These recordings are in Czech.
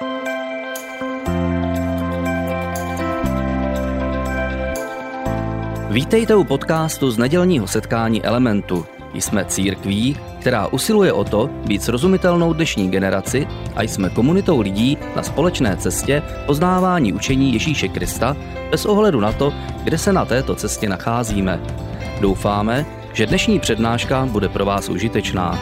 Vítejte u podcastu z nedělního setkání Elementu. Jsme církví, která usiluje o to být srozumitelnou dnešní generaci a jsme komunitou lidí na společné cestě poznávání učení Ježíše Krista bez ohledu na to, kde se na této cestě nacházíme. Doufáme, že dnešní přednáška bude pro vás užitečná.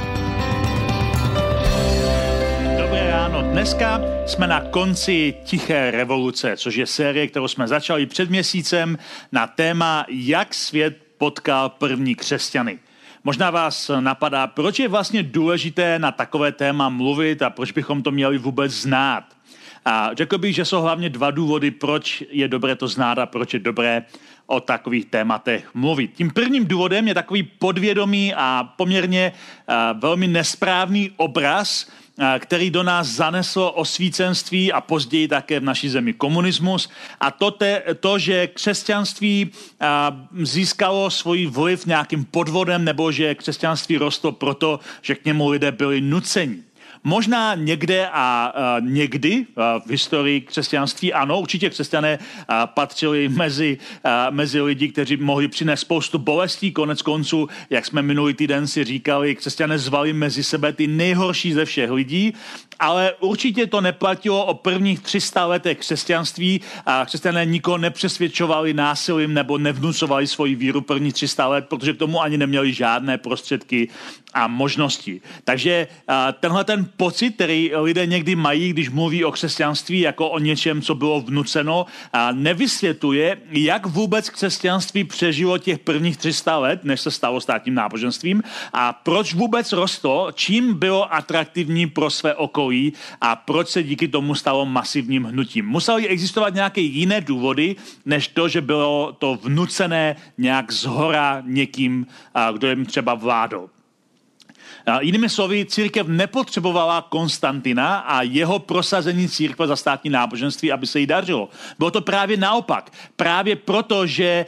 Dobré ráno. Dneska jsme na konci Tiché revoluce, což je série, kterou jsme začali před měsícem na téma, jak svět potkal první křesťany. Možná vás napadá, proč je vlastně důležité na takové téma mluvit a proč bychom to měli vůbec znát. A řekl bych, že jsou hlavně dva důvody, proč je dobré to znát a proč je dobré o takových tématech mluvit. Tím prvním důvodem je takový podvědomý a poměrně velmi nesprávný obraz, který do nás zaneslo osvícenství a později také v naší zemi komunismus. A to, že křesťanství získalo svůj vliv nějakým podvodem nebo že křesťanství rostlo proto, že k němu lidé byli nuceni. Možná někde a někdy v historii křesťanství, ano, určitě křesťané patřili mezi lidi, kteří mohli přinést spoustu bolestí. Konec konců, jak jsme minulý týden si říkali, křesťané zvali mezi sebe ty nejhorší ze všech lidí, ale určitě to neplatilo o prvních 300 letech křesťanství. Křesťané nikoho nepřesvědčovali násilím nebo nevnucovali svoji víru prvních 300 let, protože k tomu ani neměli žádné prostředky a možnosti. Takže tenhle ten pocit, který lidé někdy mají, když mluví o křesťanství jako o něčem, co bylo vnuceno, nevysvětluje, jak vůbec křesťanství přežilo těch prvních 300 let, než se stalo státním náboženstvím a proč vůbec rostlo, čím bylo atraktivní pro své okolí a proč se díky tomu stalo masivním hnutím. Musely existovat nějaké jiné důvody, než to, že bylo to vnucené nějak zhora někým, kdo jim třeba vládl. Jinými slovy, církev nepotřebovala Konstantina a jeho prosazení církve za státní náboženství, aby se jí dařilo. Bylo to právě naopak. Právě proto, že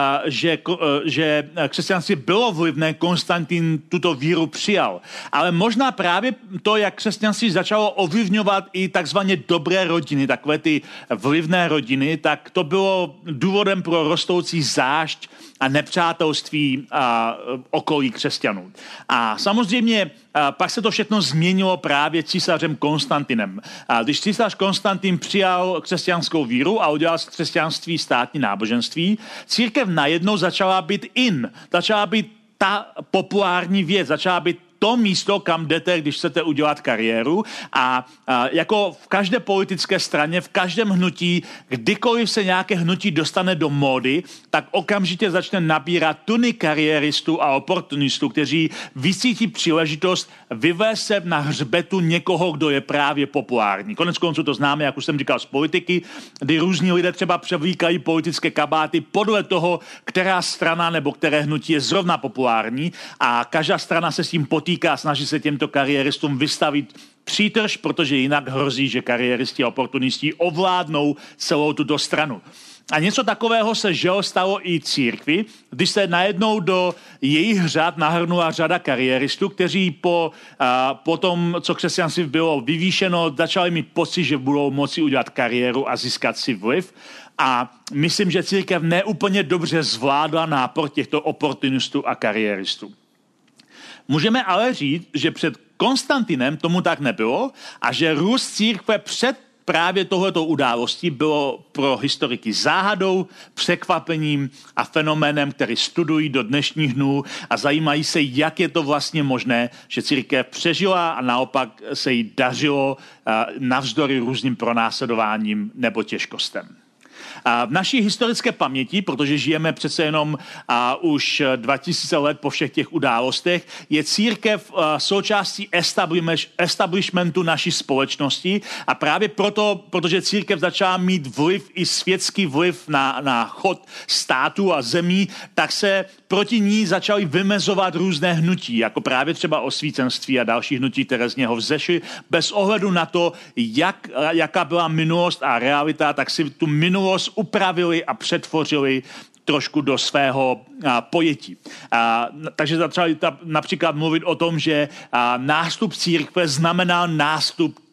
křesťanství bylo vlivné, Konstantin tuto víru přijal. Ale možná právě to, jak křesťanství začalo ovlivňovat i takzvaně dobré rodiny, takové ty vlivné rodiny, tak to bylo důvodem pro rostoucí zášť a nepřátelství okolí křesťanů. A samozřejmě pak se to všechno změnilo právě císařem Konstantinem. Když císař Konstantin přijal křesťanskou víru a udělal z křesťanství státní náboženství, církev najednou začala být začala být ta populární věc, začala být to místo, kam jdete, když chcete udělat kariéru a jako v každé politické straně, v každém hnutí, kdykoliv se nějaké hnutí dostane do módy, tak okamžitě začne nabírat tuny kariéristů a oportunistů, kteří vycítí příležitost vyvést se na hřbetu někoho, kdo je právě populární. Konec konců to známe, jak už jsem říkal, z politiky, kdy různí lidé třeba převlíkají politické kabáty podle toho, která strana nebo které hnutí je zrovna populární a každá strana se s tím potýká a snaží se těmto kariéristům vystavit přítrž, protože jinak hrozí, že kariéristi a oportunisti ovládnou celou tuto stranu. A něco takového se stalo i církvi, když se najednou do jejich řad nahrnula řada kariéristů, kteří po tom, co křesťanství bylo vyvýšeno, začali mít pocit, že budou moci udělat kariéru a získat si vliv. A myslím, že církev neúplně dobře zvládla nápor těchto oportunistů a kariéristů. Můžeme ale říct, že před Konstantinem tomu tak nebylo a že růst církve před právě tohleto událostí bylo pro historiky záhadou, překvapením a fenoménem, který studují do dnešních dnů a zajímají se, jak je to vlastně možné, že církev přežila a naopak se jí dařilo navzdory různým pronásledováním nebo těžkostem. V naší historické paměti, protože žijeme přece jenom už 2000 let po všech těch událostech, je církev součástí establishmentu naší společnosti a právě proto, protože církev začala mít vliv i světský vliv na chod států a zemí, tak se proti ní začaly vymezovat různé hnutí, jako právě třeba osvícenství a další hnutí, které z něho vzešly. Bez ohledu na to, jaká byla minulost a realita, tak si tu minulost upravili a přetvořili trošku do svého pojetí. Takže začali například mluvit o tom, že nástup církve znamenal nástup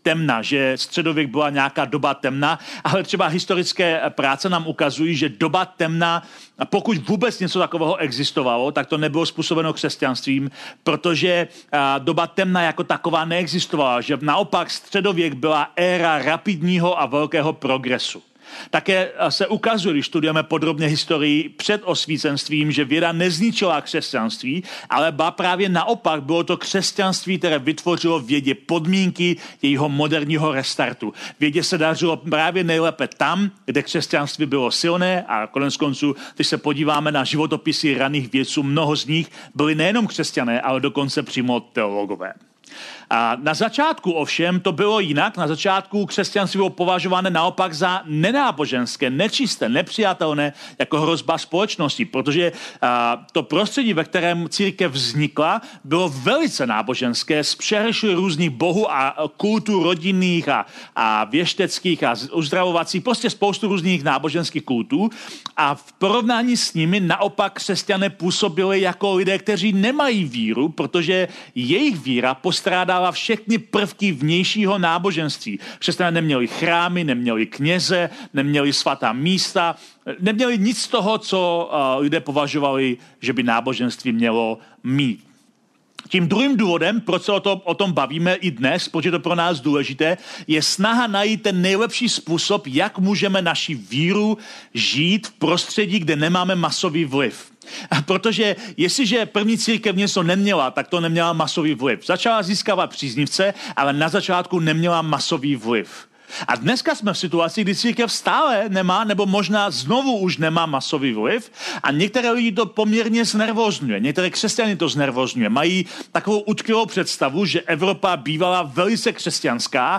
temna, že středověk byla nějaká doba temna, ale třeba historické práce nám ukazují, že doba temna, pokud vůbec něco takového existovalo, tak to nebylo způsobeno křesťanstvím, protože doba temna jako taková neexistovala, že naopak středověk byla éra rapidního a velkého progresu. Také se ukazuje, když studujeme podrobně historii před osvícenstvím, že věda nezničila křesťanství, ale právě naopak bylo to křesťanství, které vytvořilo vědě podmínky jejího moderního restartu. Vědě se dařilo právě nejlépe tam, kde křesťanství bylo silné a konec konců, když se podíváme na životopisy raných vědců, mnoho z nich byli nejenom křesťané, ale dokonce přímo teologové. A na začátku ovšem to bylo jinak. Na začátku křesťanství bylo považováno naopak za nenáboženské, nečisté, nepřijatelné jako hrozba společnosti, protože to prostředí, ve kterém církev vznikla, bylo velice náboženské, s přehršli různých bohů a kultů rodinných a věšteckých a uzdravovacích, prostě spoustu různých náboženských kultů a v porovnání s nimi naopak křesťané působili jako lidé, kteří nemají víru, protože jejich víra postrádala všechny prvky vnějšího náboženství. Křesťané neměli chrámy, neměli kněze, neměli svatá místa, neměli nic z toho, co lidé považovali, že by náboženství mělo mít. Tím druhým důvodem, proč se o tom bavíme i dnes, protože je to pro nás důležité, je snaha najít ten nejlepší způsob, jak můžeme naši víru žít v prostředí, kde nemáme masový vliv. Protože jestliže první církev něco neměla, tak to neměla masový vliv. Začala získávat příznivce, ale na začátku neměla masový vliv. A dneska jsme v situaci, kdy církev stále nemá, nebo možná znovu už nemá masový vliv a některé lidi to poměrně znervozňuje. Některé křesťany to znervozňuje. Mají takovou utkvělou představu, že Evropa bývala velice křesťanská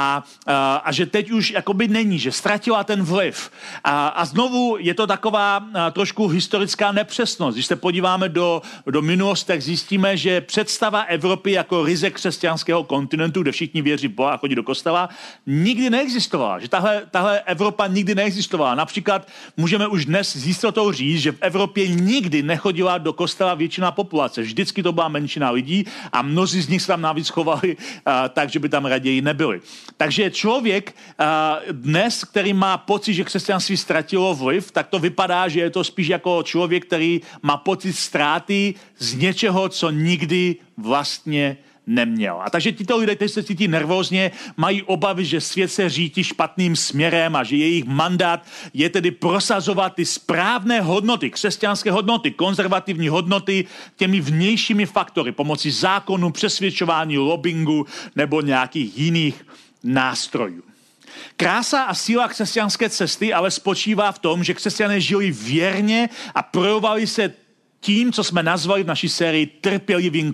a že teď už jakoby není, že ztratila ten vliv. A znovu je to taková trošku historická nepřesnost. Když se podíváme do minulosti, tak zjistíme, že představa Evropy jako ryze křesťanského kontinentu, kde všichni věří v Boha a chodí do kostela, nikdy neexistovala, že tahle Evropa nikdy neexistovala. Například můžeme už dnes s jistotou říct, že v Evropě nikdy nechodila do kostela většina populace. Vždycky to byla menšina lidí a mnozí z nich se tam navíc chovali tak, že by tam raději nebyli. Takže člověk dnes, který má pocit, že křesťanství ztratilo vliv, tak to vypadá, že je to spíš jako člověk, který má pocit ztráty z něčeho, co nikdy vlastně neměl. A takže tito lidé, kteří se cítí nervózně, mají obavy, že svět se řídí špatným směrem a že jejich mandát je tedy prosazovat ty správné hodnoty, křesťanské hodnoty, konzervativní hodnoty těmi vnějšími faktory, pomocí zákonu, přesvědčování, lobbingu nebo nějakých jiných nástrojů. Krása a síla křesťanské cesty ale spočívá v tom, že křesťané žili věrně a projevovali se tím, co jsme nazvali v naší sérii trpělivým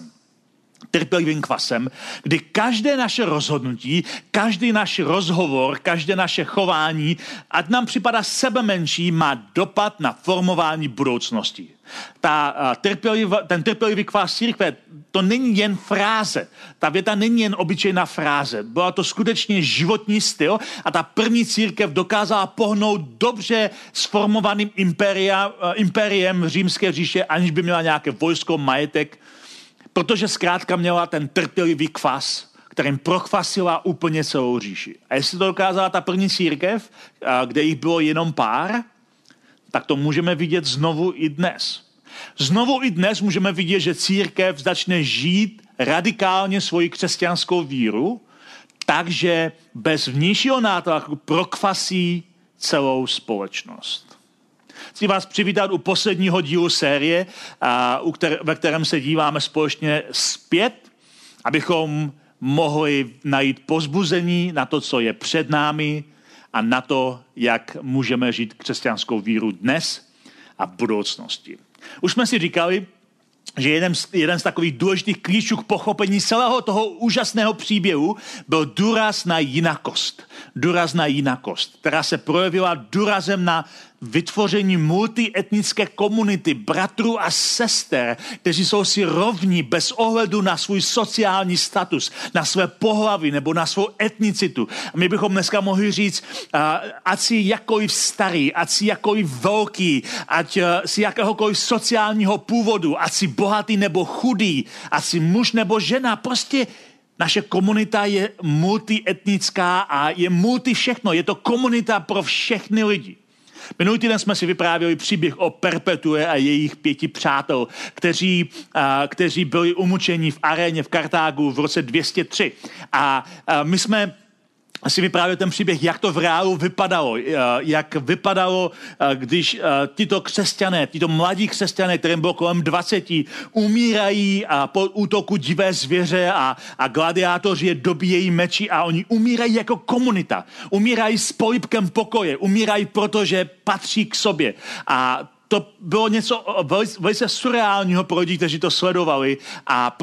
kvasem, kdy každé naše rozhodnutí, každý náš rozhovor, každé naše chování, ať nám připadá sebemenší, má dopad na formování budoucnosti. Ten trpělivý kvas církve, to není jen fráze. Ta věta není jen obyčejná fráze. Byla to skutečně životní styl a ta první církev dokázala pohnout dobře sformovaným impériem římské říše, aniž by měla nějaké vojsko, majetek, protože zkrátka měla ten trpělivý kvas, kterým prochvasila úplně celou říši. A jestli to dokázala ta první církev, kde jich bylo jenom pár, tak to můžeme vidět znovu i dnes. Znovu i dnes můžeme vidět, že církev začne žít radikálně svoji křesťanskou víru, takže bez vnějšího nátlaku prokvasí celou společnost. Chci vás přivítat u posledního dílu série, ve kterém se díváme společně zpět, abychom mohli najít povzbuzení na to, co je před námi a na to, jak můžeme žít křesťanskou víru dnes a v budoucnosti. Už jsme si říkali, že jeden z takových důležitých klíčů k pochopení celého toho úžasného příběhu byl důraz na jinakost. Důraz na jinakost, která se projevila důrazem na vytvoření multietnické komunity bratrů a sester, kteří jsou si rovní bez ohledu na svůj sociální status, na své pohlaví nebo na svou etnicitu. A my bychom dneska mohli říct, ať si jakkoliv starý, ať si jakkoliv velký, ať si jakéhokoliv sociálního původu, ať si bohatý nebo chudý, ať si muž nebo žena, prostě Naše komunita je multietnická a je multi všechno. Je to komunita pro všechny lidi. Minulý týden jsme si vyprávěli příběh o Perpetue a jejich 5 přátel, kteří byli umučeni v aréně v Kartágu v roce 203. A my jsme si vyprávěl ten příběh, jak to v reálu vypadalo. Jak vypadalo, když tyto křesťané, tyto mladí křesťané, kterým bylo kolem 20, umírají po útoku divé zvěře a gladiátoři je dobíjejí meči a oni umírají jako komunita. Umírají s polibkem pokoje. Umírají, protože patří k sobě. A to bylo něco velice surreálního pro lidi, kteří to sledovali a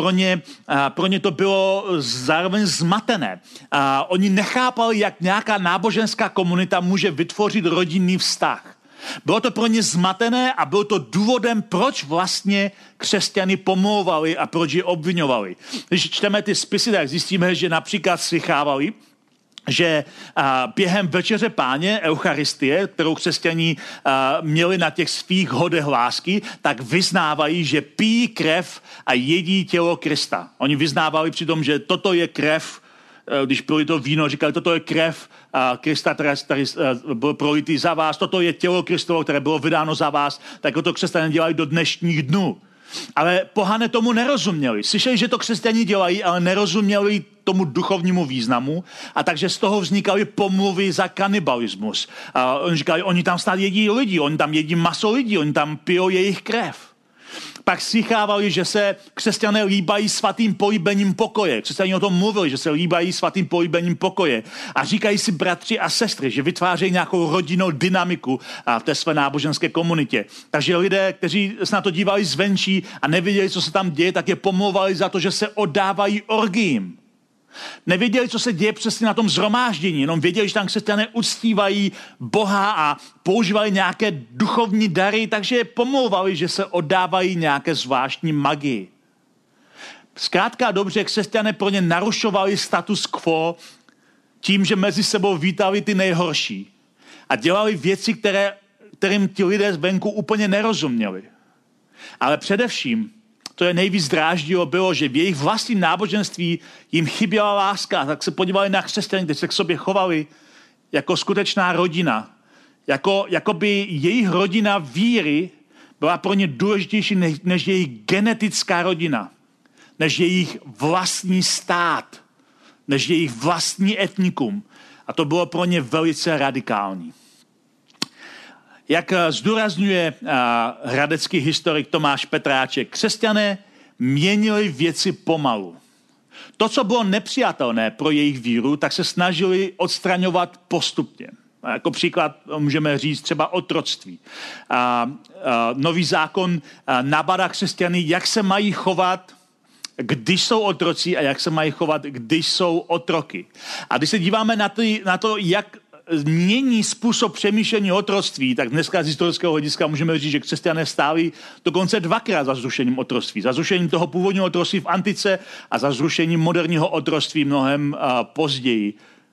pro ně to bylo zároveň zmatené. Oni nechápali, jak nějaká náboženská komunita může vytvořit rodinný vztah. Bylo to pro ně zmatené a bylo to důvodem, proč vlastně křesťany pomlouvali a proč je obviňovali. Když čteme ty spisy, tak zjistíme, že například slychávali, že během večeře Páně, Eucharistie, kterou křesťaní měli na těch svých hodech lásky, tak vyznávají, že pijí krev a jedí tělo Krista. Oni vyznávali přitom, že toto je krev, když pili to víno, říkali, toto je krev Krista, který byl prolitý za vás, toto je tělo Kristovo, které bylo vydáno za vás, tak to křesťané dělají do dnešních dnů. Ale pohané tomu nerozuměli. Slyšeli, že to křesťané dělají, ale nerozuměli tomu duchovnímu významu a takže z toho vznikaly pomluvy za kanibalismus. Oni říkali, oni tam snad jedí lidi, oni tam jedí maso lidí, oni tam pijou jejich krev. Pak slychávali, že se křesťané líbají svatým políbením pokoje. Křesťané o tom mluvili, že se líbají svatým políbením pokoje. A říkají si bratři a sestry, že vytvářejí nějakou rodinnou dynamiku v té své náboženské komunitě. Takže lidé, kteří se na to dívali zvenčí a nevěděli, co se tam děje, tak je pomlouvali za to, že se oddávají orgiím. Nevěděli, co se děje přesně na tom shromáždění, jenom věděli, že tam křesťané uctívají Boha a používali nějaké duchovní dary, takže je pomlouvali, že se oddávají nějaké zvláštní magii. Zkrátka dobře, křesťané pro ně narušovali status quo tím, že mezi sebou vítali ty nejhorší a dělali věci, kterým ti lidé zvenku úplně nerozuměli. Ale především to je nejvíc dráždilo bylo, že v jejich vlastním náboženství jim chyběla láska. Tak se podívali na křesťany, kteří se k sobě chovali jako skutečná rodina. Jako by jejich rodina víry byla pro ně důležitější než jejich genetická rodina. Než jejich vlastní stát. Než jejich vlastní etnikum. A to bylo pro ně velice radikální. Jak zdůrazňuje hradecký historik Tomáš Petráček, křesťané měnili věci pomalu. To, co bylo nepřijatelné pro jejich víru, tak se snažili odstraňovat postupně. Jako příklad můžeme říct třeba otroctví. Nový zákon nabádá křesťany, jak se mají chovat, když jsou otroci a jak se mají chovat, když jsou otroky. A když se díváme na to, jak mění způsob přemýšlení o otroctví, tak dneska z historického hlediska můžeme říct, že křesťané stáli dokonce 2krát za zrušením otroctví. Za zrušením toho původního otroctví v antice a za zrušením moderního otroctví mnohem později.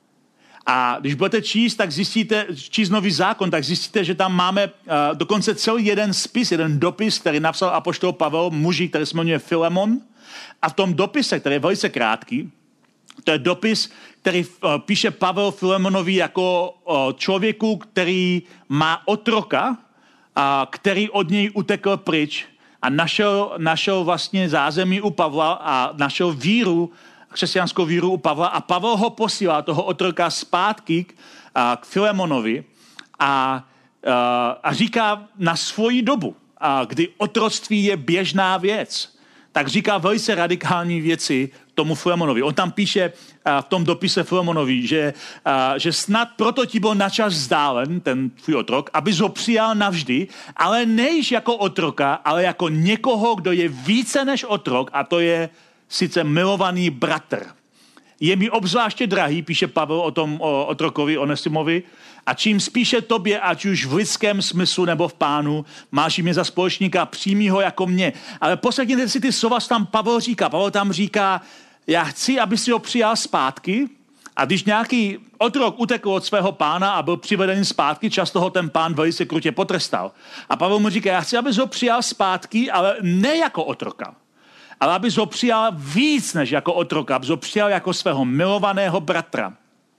A když budete číst nový zákon, tak zjistíte, že tam máme dokonce celý jeden spis, jeden dopis, který napsal apoštol Pavel muži, který se jmenuje Filemon. A v tom dopise, který je velice krátký, to je dopis, který píše Pavel Filemonovi jako člověku, který má otroka, který od něj utekl pryč a našel vlastně zázemí u Pavla a našel víru, křesťanskou víru u Pavla a Pavel ho posílá, toho otroka, zpátky k Filemonovi a říká na svoji dobu, kdy otroctví je běžná věc, tak říká velice radikální věci tomu Filemonovi. On tam píše v tom dopise Filemonovi, že snad proto ti byl načas vzdálen, ten tvůj otrok, abys ho přijal navždy, ale nejiž jako otroka, ale jako někoho, kdo je více než otrok, a to je sice milovaný bratr. Je mi obzvláště drahý, píše Pavel o tom otrokovi Onesimovi, a čím spíše tobě, ať už v lidském smyslu nebo v Pánu, máš mě za společníka, přijmi ho jako mě. Ale poslechněte si ty slova, co tam Pavel říká. Pavel tam říká, já chci, aby si ho přijal zpátky, a když nějaký otrok utekl od svého pána a byl přiveden zpátky, často ho ten pán velice krutě potrestal. A Pavel mu říká, já chci, aby ho přijal zpátky, ale ne jako otroka, ale abys ho přijal víc než jako otroka, abys ho přijal jako svého milovaného bratra.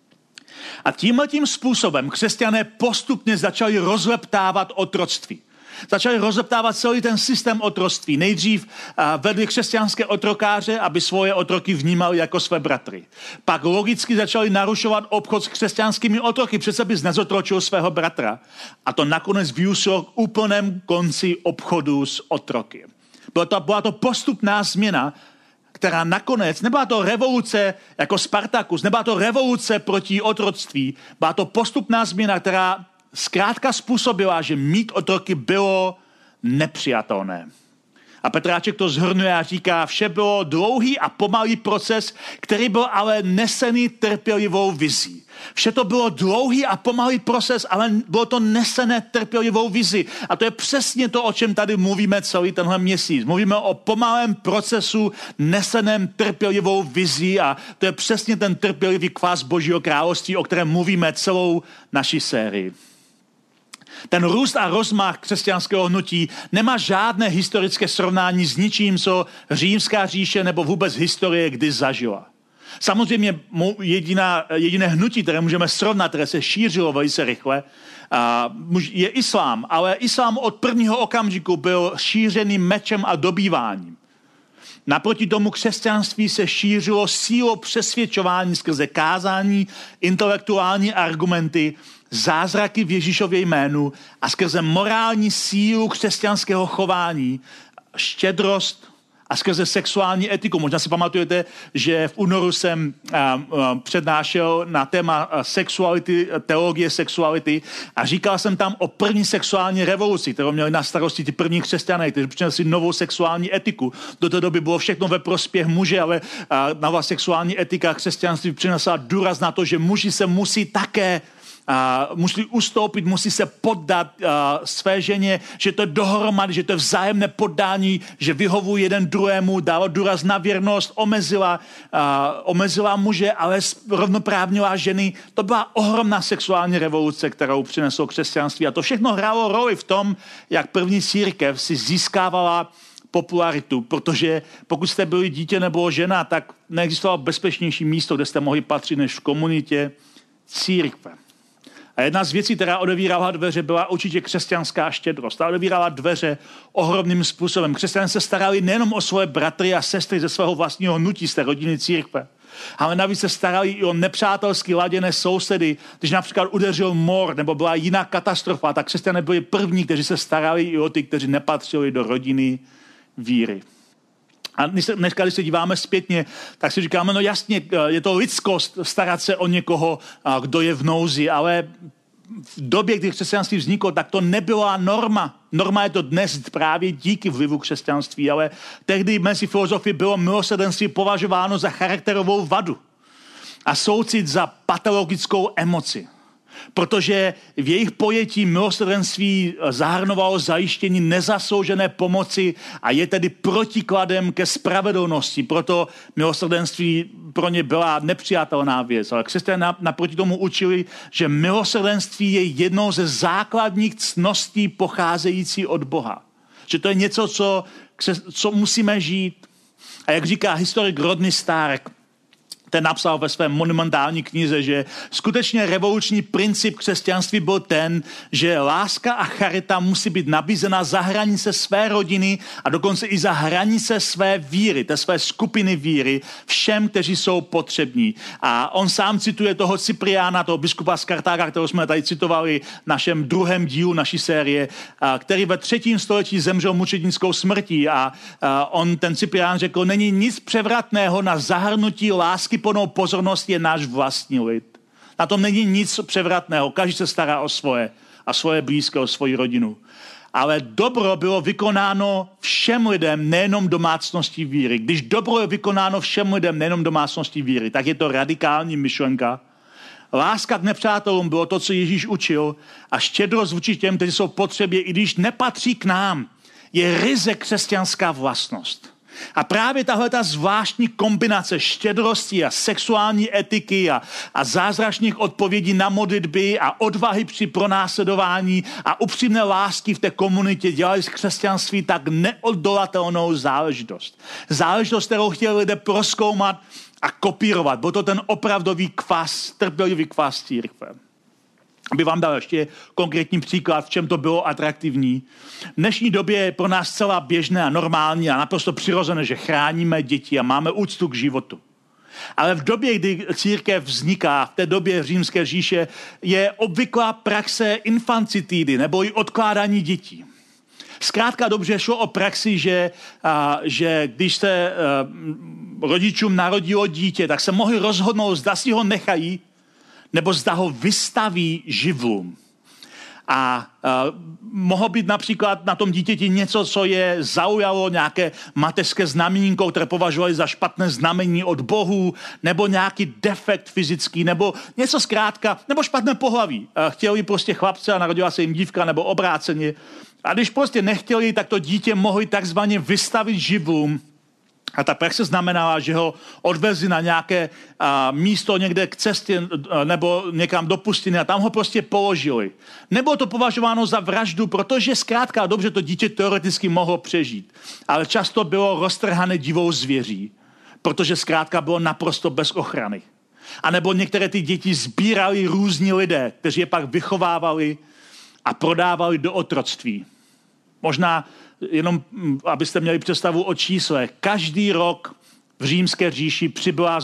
A tímhletím způsobem křesťané postupně začali rozleptávat otroctví. Začali rozeptávat celý ten systém otroctví. Nejdřív vedli křesťanské otrokáře, aby svoje otroky vnímali jako své bratry. Pak logicky začali narušovat obchod s křesťanskými otroky. Přece bys nezotročil svého bratra. A to nakonec vyústilo k úplném konci obchodu s otroky. Byla to postupná změna, která nakonec, nebyla to revoluce jako Spartakus, nebyla to revoluce proti otroctví, byla to postupná změna, která zkrátka způsobila, že mít otroky bylo nepřijatelné. A Petráček to shrnuje a říká, vše bylo dlouhý a pomalý proces, který byl ale nesený trpělivou vizí. Vše to bylo dlouhý a pomalý proces, ale bylo to nesené trpělivou vizi. A to je přesně to, o čem tady mluvíme celý tenhle měsíc. Mluvíme o pomalém procesu neseném trpělivou vizí a to je přesně ten trpělivý kvás Božího království, o kterém mluvíme celou naši sérii. Ten růst a rozmach křesťanského hnutí nemá žádné historické srovnání s ničím, co římská říše nebo vůbec historie kdy zažila. Samozřejmě jediné hnutí, které můžeme srovnat, které se šířilo velice rychle, je islám. Ale islám od prvního okamžiku byl šířený mečem a dobýváním. Naproti tomu křesťanství se šířilo sílou přesvědčování skrze kázání, intelektuální argumenty, zázraky v Ježíšově jménu a skrze morální sílu křesťanského chování, štědrost a skrze sexuální etiku. Možná si pamatujete, že v únoru jsem přednášel na téma sexuality, teologie sexuality a říkal jsem tam o první sexuální revoluci, kterou měli na starosti ty první křesťané, kteří přinesli novou sexuální etiku. Do té doby bylo všechno ve prospěch muže, ale nová sexuální etika křesťanství přinesla důraz na to, že muži se musí také musí ustoupit, musí se poddat své ženě, že to je dohromady, že to je vzájemné poddání, že vyhovuje jeden druhému, dalo důraz na věrnost, omezila muže, ale rovnoprávnila ženy. To byla ohromná sexuální revoluce, kterou přineslo křesťanství. A to všechno hrálo roli v tom, jak první církev si získávala popularitu, protože pokud jste byli dítě nebo žena, tak neexistovalo bezpečnější místo, kde jste mohli patřit, než v komunitě církve. A jedna z věcí, která odevírala dveře, byla určitě křesťanská štědrost. Ta odevírala dveře ohromným způsobem. Křesťané se starali nejenom o svoje bratry a sestry ze svého vlastního hnutí, z té rodiny církve, ale navíc se starali i o nepřátelsky laděné sousedy. Když například udeřil mor nebo byla jiná katastrofa, tak křesťané byli první, kteří se starali i o ty, kteří nepatřili do rodiny víry. A dneska, když se díváme zpětně, tak si říkáme, no jasně, je to lidskost starat se o někoho, kdo je v nouzi, ale v době, kdy křesťanství vzniklo, tak to nebyla norma. Norma je to dnes právě díky vlivu křesťanství, ale tehdy mezi filozofy bylo milosrdenství považováno za charakterovou vadu a soucit za patologickou emoci. Protože v jejich pojetí milosrdenství zahrnovalo zajištění nezasloužené pomoci a je tedy protikladem ke spravedlnosti. Proto milosrdenství pro ně byla nepřijatelná věc. Ale křesťané naproti tomu učili, že milosrdenství je jednou ze základních ctností pocházející od Boha. Že to je něco, co musíme žít. A jak říká historik Rodney Stark, ten napsal ve své monumentální knize, že skutečně revoluční princip křesťanství byl ten, že láska a charita musí být nabízena za hranice své rodiny a dokonce i za hranice své víry, té své skupiny víry, všem, kteří jsou potřební. A on sám cituje toho Cypriána, toho biskupa z Kartága, kterého jsme tady citovali v našem druhém dílu naší série, který ve 3. století zemřel mučednickou smrtí a on, ten Cyprián, řekl, není nic převratného na zahrnutí lásky plnou pozornost je náš vlastní lid. Na tom není nic převratného. Každý se stará o svoje blízké, o svoji rodinu. Ale dobro bylo vykonáno všem lidem, nejenom domácností víry. Když dobro je vykonáno všem lidem, nejenom domácností víry, tak je to radikální myšlenka. Láska k nepřátelům bylo to, co Ježíš učil a štědrost vůči těm, kteří jsou potřebě, i když nepatří k nám, je ryze křesťanská vlastnost. A právě tahle ta zvláštní kombinace štědrosti a sexuální etiky a zázračných odpovědí na modlitby a odvahy při pronásledování a upřímné lásky v té komunitě dělali z křesťanství tak neoddolatelnou záležitost. Záležitost, kterou chtěli lidé prozkoumat a kopírovat. Byl to ten opravdový kvas, trpělivý kvas církve. Aby vám dal ještě konkrétní příklad, v čem to bylo atraktivní. V dnešní době je pro nás celá běžné a normální a naprosto přirozené, že chráníme děti a máme úctu k životu. Ale v době, kdy církev vzniká, v té době římské říše, je obvyklá praxe infancitidy, nebo i odkládání dětí. Zkrátka dobře šlo o praxi, že když se rodičům narodilo dítě, tak se mohli rozhodnout, zda si ho nechají, nebo zda ho vystaví živlům. A mohlo být například na tom dítěti něco, co je zaujalo, nějaké mateřské znamínko, které považovali za špatné znamení od Bohu, nebo nějaký defekt fyzický, nebo něco zkrátka, nebo špatné pohlaví. Chtěli prostě chlapce a narodila se jim dívka, nebo obráceně. A když prostě nechtěli, tak to dítě mohli takzvaně vystavit živlům. A ta praxe znamenala, že ho odvezli na nějaké místo někde k cestě nebo někam do pustiny a tam ho prostě položili. Nebylo to považováno za vraždu, protože zkrátka dobře to dítě teoreticky mohlo přežít. Ale často bylo roztrhané divou zvěří, protože zkrátka bylo naprosto bez ochrany. A nebo některé ty děti sbírali různí lidé, kteří je pak vychovávali a prodávali do otroctví. Možná jenom, abyste měli představu o číslech, každý rok v římské říši přibylo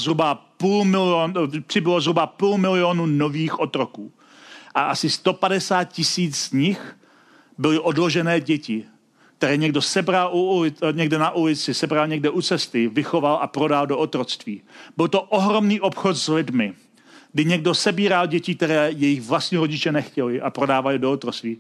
zhruba půl milionu nových otroků. A asi 150 000 z nich byly odložené děti, které někdo sebral někde na ulici, sebral někde u cesty, vychoval a prodal do otroctví. Byl to ohromný obchod s lidmi, kdy někdo sebíral děti, které jejich vlastní rodiče nechtěli a prodávali do otroctví.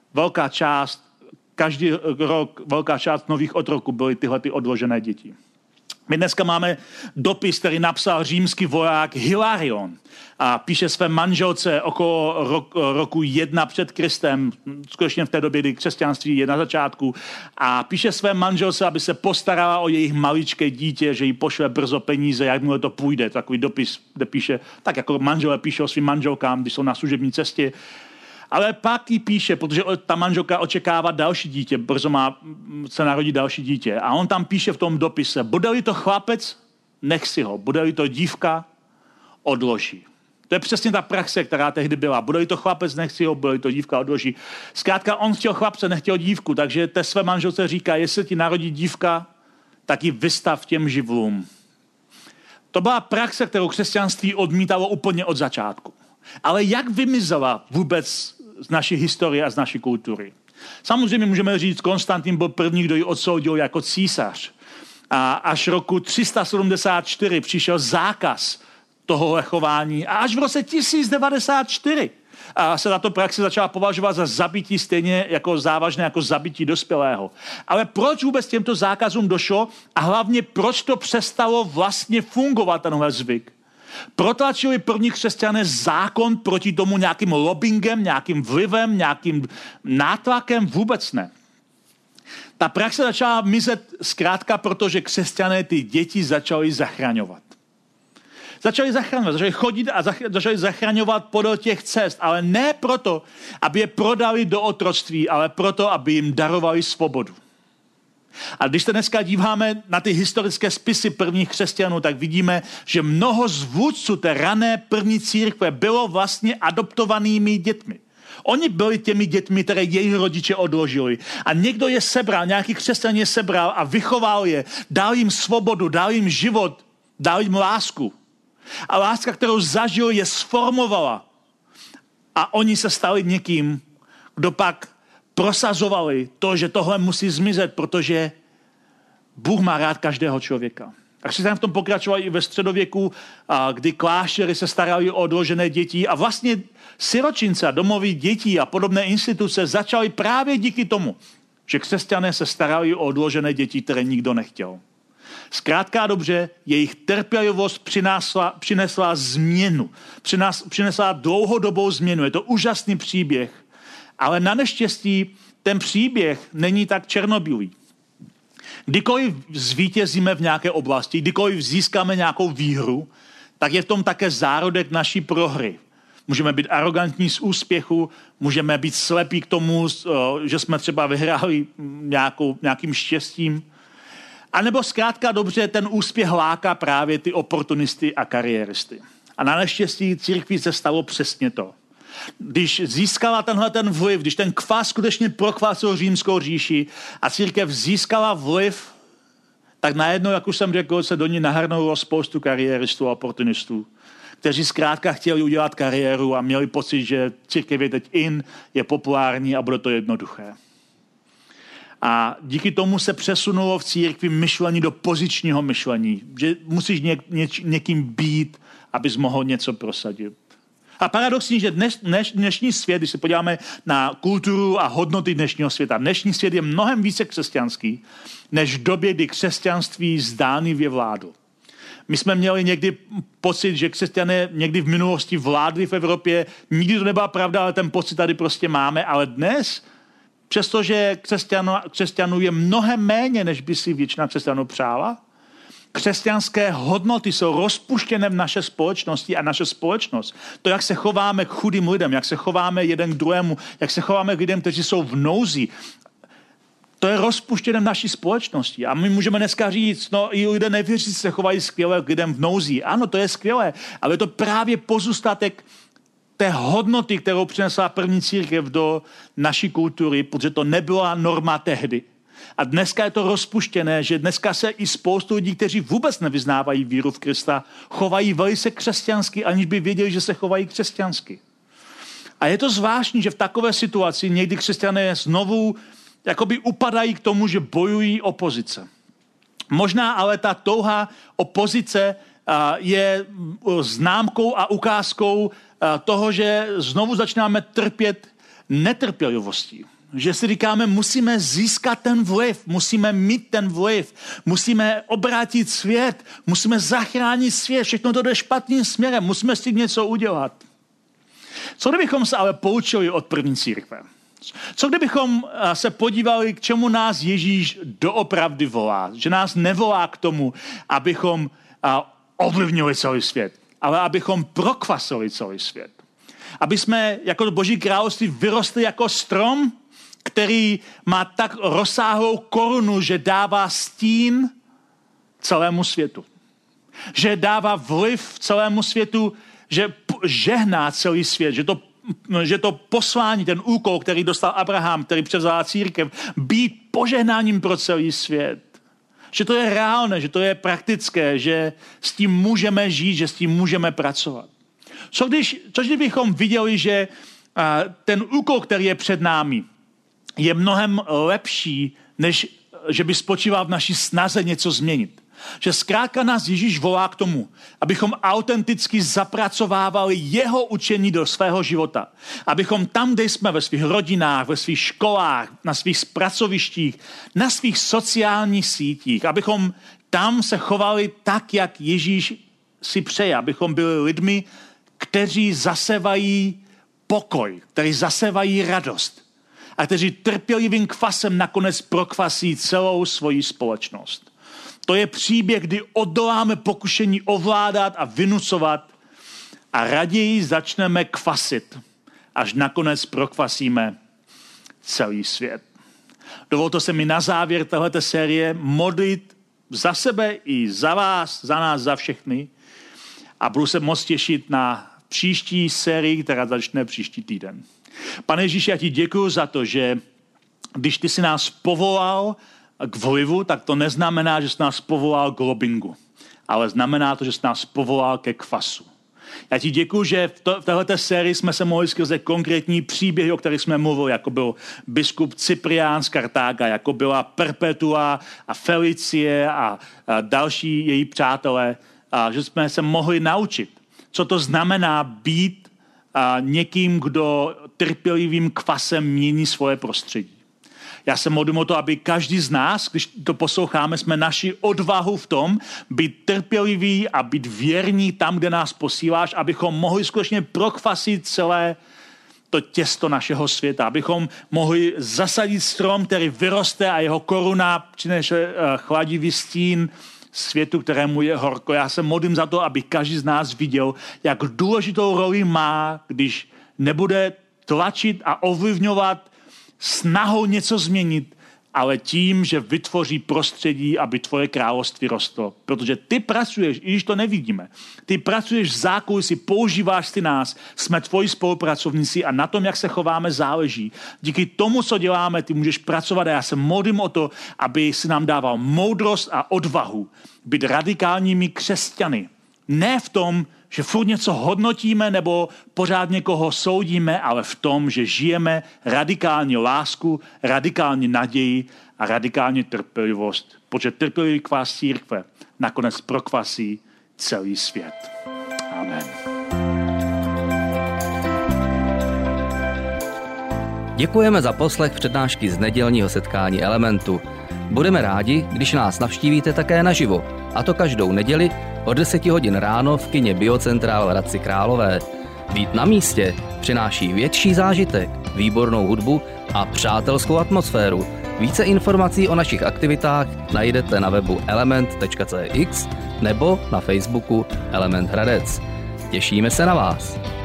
Každý rok velká část nových otroků byly tyhle ty odložené děti. My dneska máme dopis, který napsal římský voják Hilarion a píše své manželce okolo roku 1 před Kristem, skutečně v té době, kdy křesťanství je na začátku, a píše své manželce, aby se postarala o jejich maličké dítě, že jí pošle brzo peníze, jakmile to půjde. Takový dopis, kde píše, tak jako manželé píše o svým manželkám, když jsou na služební cestě. Ale pak jí píše, protože ta manželka očekává další dítě, brzo se narodí další dítě. A on tam píše v tom dopise, bude-li to chlapec, nech si ho. Bude-li to dívka, odloží. To je přesně ta praxe, která tehdy byla. Bude-li to chlapec, nech si ho, bude-li to dívka, odloží. Zkrátka on chtěl chlapce, nechtěl dívku, takže té své manželce říká, jestli ti narodí dívka, tak ji vystav těm živlům. To byla praxe, kterou křesťanství odmítalo úplně od začátku. Ale jak vymizela vůbec z naší historie a z naší kultury? Samozřejmě můžeme říct, Konstantin byl první, kdo ji odsoudil jako císař. A až roku 374 přišel zákaz tohohle chování a až v roce 1094 se tato praxe začala považovat za zabití stejně jako závažné jako zabití dospělého. Ale proč vůbec těmto zákazům došlo a hlavně proč to přestalo vlastně fungovat tenhle zvyk? Protlačili první křesťané zákon proti tomu nějakým lobbingem, nějakým vlivem, nějakým nátlakem? Vůbec ne. Ta praxe začala mizet zkrátka, protože křesťané ty děti začali zachraňovat. Začali chodit a začali zachraňovat podél těch cest, ale ne proto, aby je prodali do otroctví, ale proto, aby jim darovali svobodu. A když se dneska díváme na ty historické spisy prvních křesťanů, tak vidíme, že mnoho z vůdců té rané první církve bylo vlastně adoptovanými dětmi. Oni byli těmi dětmi, které jejich rodiče odložili. A někdo je sebral, nějaký křesťan je sebral a vychoval je, dal jim svobodu, dal jim život, dal jim lásku. A láska, kterou zažil, je sformovala. A oni se stali někým, kdo pak prosazovali to, že tohle musí zmizet, protože Bůh má rád každého člověka. A křesťané v tom pokračovali i ve středověku, kdy kláštery se starali o odložené děti a vlastně siročince a domovy dětí a podobné instituce začaly právě díky tomu, že křesťané se starali o odložené děti, které nikdo nechtěl. Zkrátka dobře, jejich trpělivost přinesla změnu. Přinesla dlouhodobou změnu. Je to úžasný příběh. Ale na neštěstí ten příběh není tak černobílý. Kdykoliv zvítězíme v nějaké oblasti, kdykoliv získáme nějakou výhru, tak je v tom také zárodek naší prohry. Můžeme být arrogantní z úspěchu, můžeme být slepí k tomu, že jsme třeba vyhráli nějakým štěstím. A nebo zkrátka dobře ten úspěch láká právě ty oportunisty a kariéristy. A na neštěstí církvi se stalo přesně to. Když získala ten vliv, když ten kvas skutečně prokvasil římskou říši a církev získala vliv, tak najednou, jak už jsem řekl, se do ní nahrnulo spoustu kariéristů a oportunistů, kteří zkrátka chtěli udělat kariéru a měli pocit, že církev je teď je populární a bude to jednoduché. A díky tomu se přesunulo v církvi myšlení do pozičního myšlení, že musíš někým být, abys mohl něco prosadit. A paradoxní, že dnešní svět, když se podíváme na kulturu a hodnoty dnešního světa, dnešní svět je mnohem více křesťanský, než v době, kdy křesťanství zdánlivě vládlo. My jsme měli někdy pocit, že křesťané někdy v minulosti vládli v Evropě, nikdy to nebyla pravda, ale ten pocit tady prostě máme, ale dnes, přestože křesťanů je mnohem méně, než by si většina křesťanů přála, křesťanské hodnoty jsou rozpuštěné v naše společnosti a naše společnost. To, jak se chováme k chudým lidem, jak se chováme jeden k druhému, jak se chováme k lidem, kteří jsou v nouzi, to je rozpuštěné v naší společnosti. A my můžeme dneska říct, no i lidé nevěřící se chovají skvěle k lidem v nouzi. Ano, to je skvělé, ale je to právě pozůstatek té hodnoty, kterou přinesla první církev do naší kultury, protože to nebyla norma tehdy. A dneska je to rozpuštěné, že dneska se i spoustu lidí, kteří vůbec nevyznávají víru v Krista, chovají velice křesťansky, aniž by věděli, že se chovají křesťansky. A je to zvláštní, že v takové situaci někdy křesťané znovu jakoby upadají k tomu, že bojují opozice. Možná ale ta touha opozice je známkou a ukázkou toho, že znovu začínáme trpět netrpělivostí. Že si říkáme, musíme získat ten vliv, musíme mít ten vliv, musíme obrátit svět, musíme zachránit svět, všechno to jde špatným směrem, musíme s tím něco udělat. Co kdybychom se ale poučili od první církve? Co kdybychom se podívali, k čemu nás Ježíš doopravdy volá? Že nás nevolá k tomu, abychom ovlivnili celý svět, ale abychom prokvasili celý svět. Aby jsme jako Boží království vyrostli jako strom, který má tak rozsáhlou korunu, že dává stín celému světu. Že dává vliv celému světu, že žehná celý svět, že to poslání, ten úkol, který dostal Abraham, který převzala církev, být požehnáním pro celý svět. Že to je reálné, že to je praktické, že s tím můžeme žít, že s tím můžeme pracovat. Co kdybychom viděli, že ten úkol, který je před námi, je mnohem lepší, než že by spočíval v naší snaze něco změnit. Že zkrátka nás Ježíš volá k tomu, abychom autenticky zapracovávali jeho učení do svého života. Abychom tam, kde jsme ve svých rodinách, ve svých školách, na svých pracovištích, na svých sociálních sítích, abychom tam se chovali tak, jak Ježíš si přeje. Abychom byli lidmi, kteří zasevají pokoj, kteří zasevají radost a kteří trpělivým kvasem nakonec prokvasí celou svoji společnost. To je příběh, kdy odoláme pokušení ovládat a vynucovat a raději začneme kvasit, až nakonec prokvasíme celý svět. Dovolte se mi na závěr téhleté série modlit za sebe i za vás, za nás, za všechny a budu se moc těšit na příští sérii, která začne příští týden. Pane Ježíši, já ti děkuju za to, že když ty jsi nás povolal k vlivu, tak to neznamená, že jsi nás povolal k lobbingu, ale znamená to, že jsi nás povolal ke kvasu. Já ti děkuju, že v této sérii jsme se mohli skrze konkrétní příběhy, o kterých jsme mluvili, jako byl biskup Cyprián z Kartága, jako byla Perpetua a Felicie a další její přátelé, a že jsme se mohli naučit, co to znamená být někým, kdo trpělivým kvasem mění svoje prostředí. Já se modlím o to, aby každý z nás, když to posloucháme, jsme naši odvahu v tom, být trpěliví a být věrní tam, kde nás posíláš, abychom mohli skutečně prokvasit to těsto našeho světa, abychom mohli zasadit strom, který vyroste a jeho koruna přinese chladivý stín světu, kterému je horko. Já se modlím za to, aby každý z nás viděl, jak důležitou roli má, když nebude tlačit a ovlivňovat snahou něco změnit, ale tím, že vytvoří prostředí, aby tvoje království rostlo. Protože ty pracuješ, i když to nevidíme. Ty pracuješ v zákulisí, používáš ty nás, jsme tvoji spolupracovníci a na tom, jak se chováme, záleží. Díky tomu, co děláme, ty můžeš pracovat a já se modlím o to, aby si nám dával moudrost a odvahu být radikálními křesťany. Ne v tom, že furt něco hodnotíme nebo pořád někoho soudíme, ale v tom, že žijeme radikální lásku, radikální naději a radikální trpělivost. Protože trpělivý kvás církve nakonec prokvasí celý svět. Amen. Děkujeme za poslech přednášky z nedělního setkání Elementu. Budeme rádi, když nás navštívíte také naživo, a to každou neděli od 10 hodin ráno v kině Biocentrál v Hradci Králové. Být na místě přináší větší zážitek, výbornou hudbu a přátelskou atmosféru. Více informací o našich aktivitách najdete na webu element.cx nebo na Facebooku Element Hradec. Těšíme se na vás.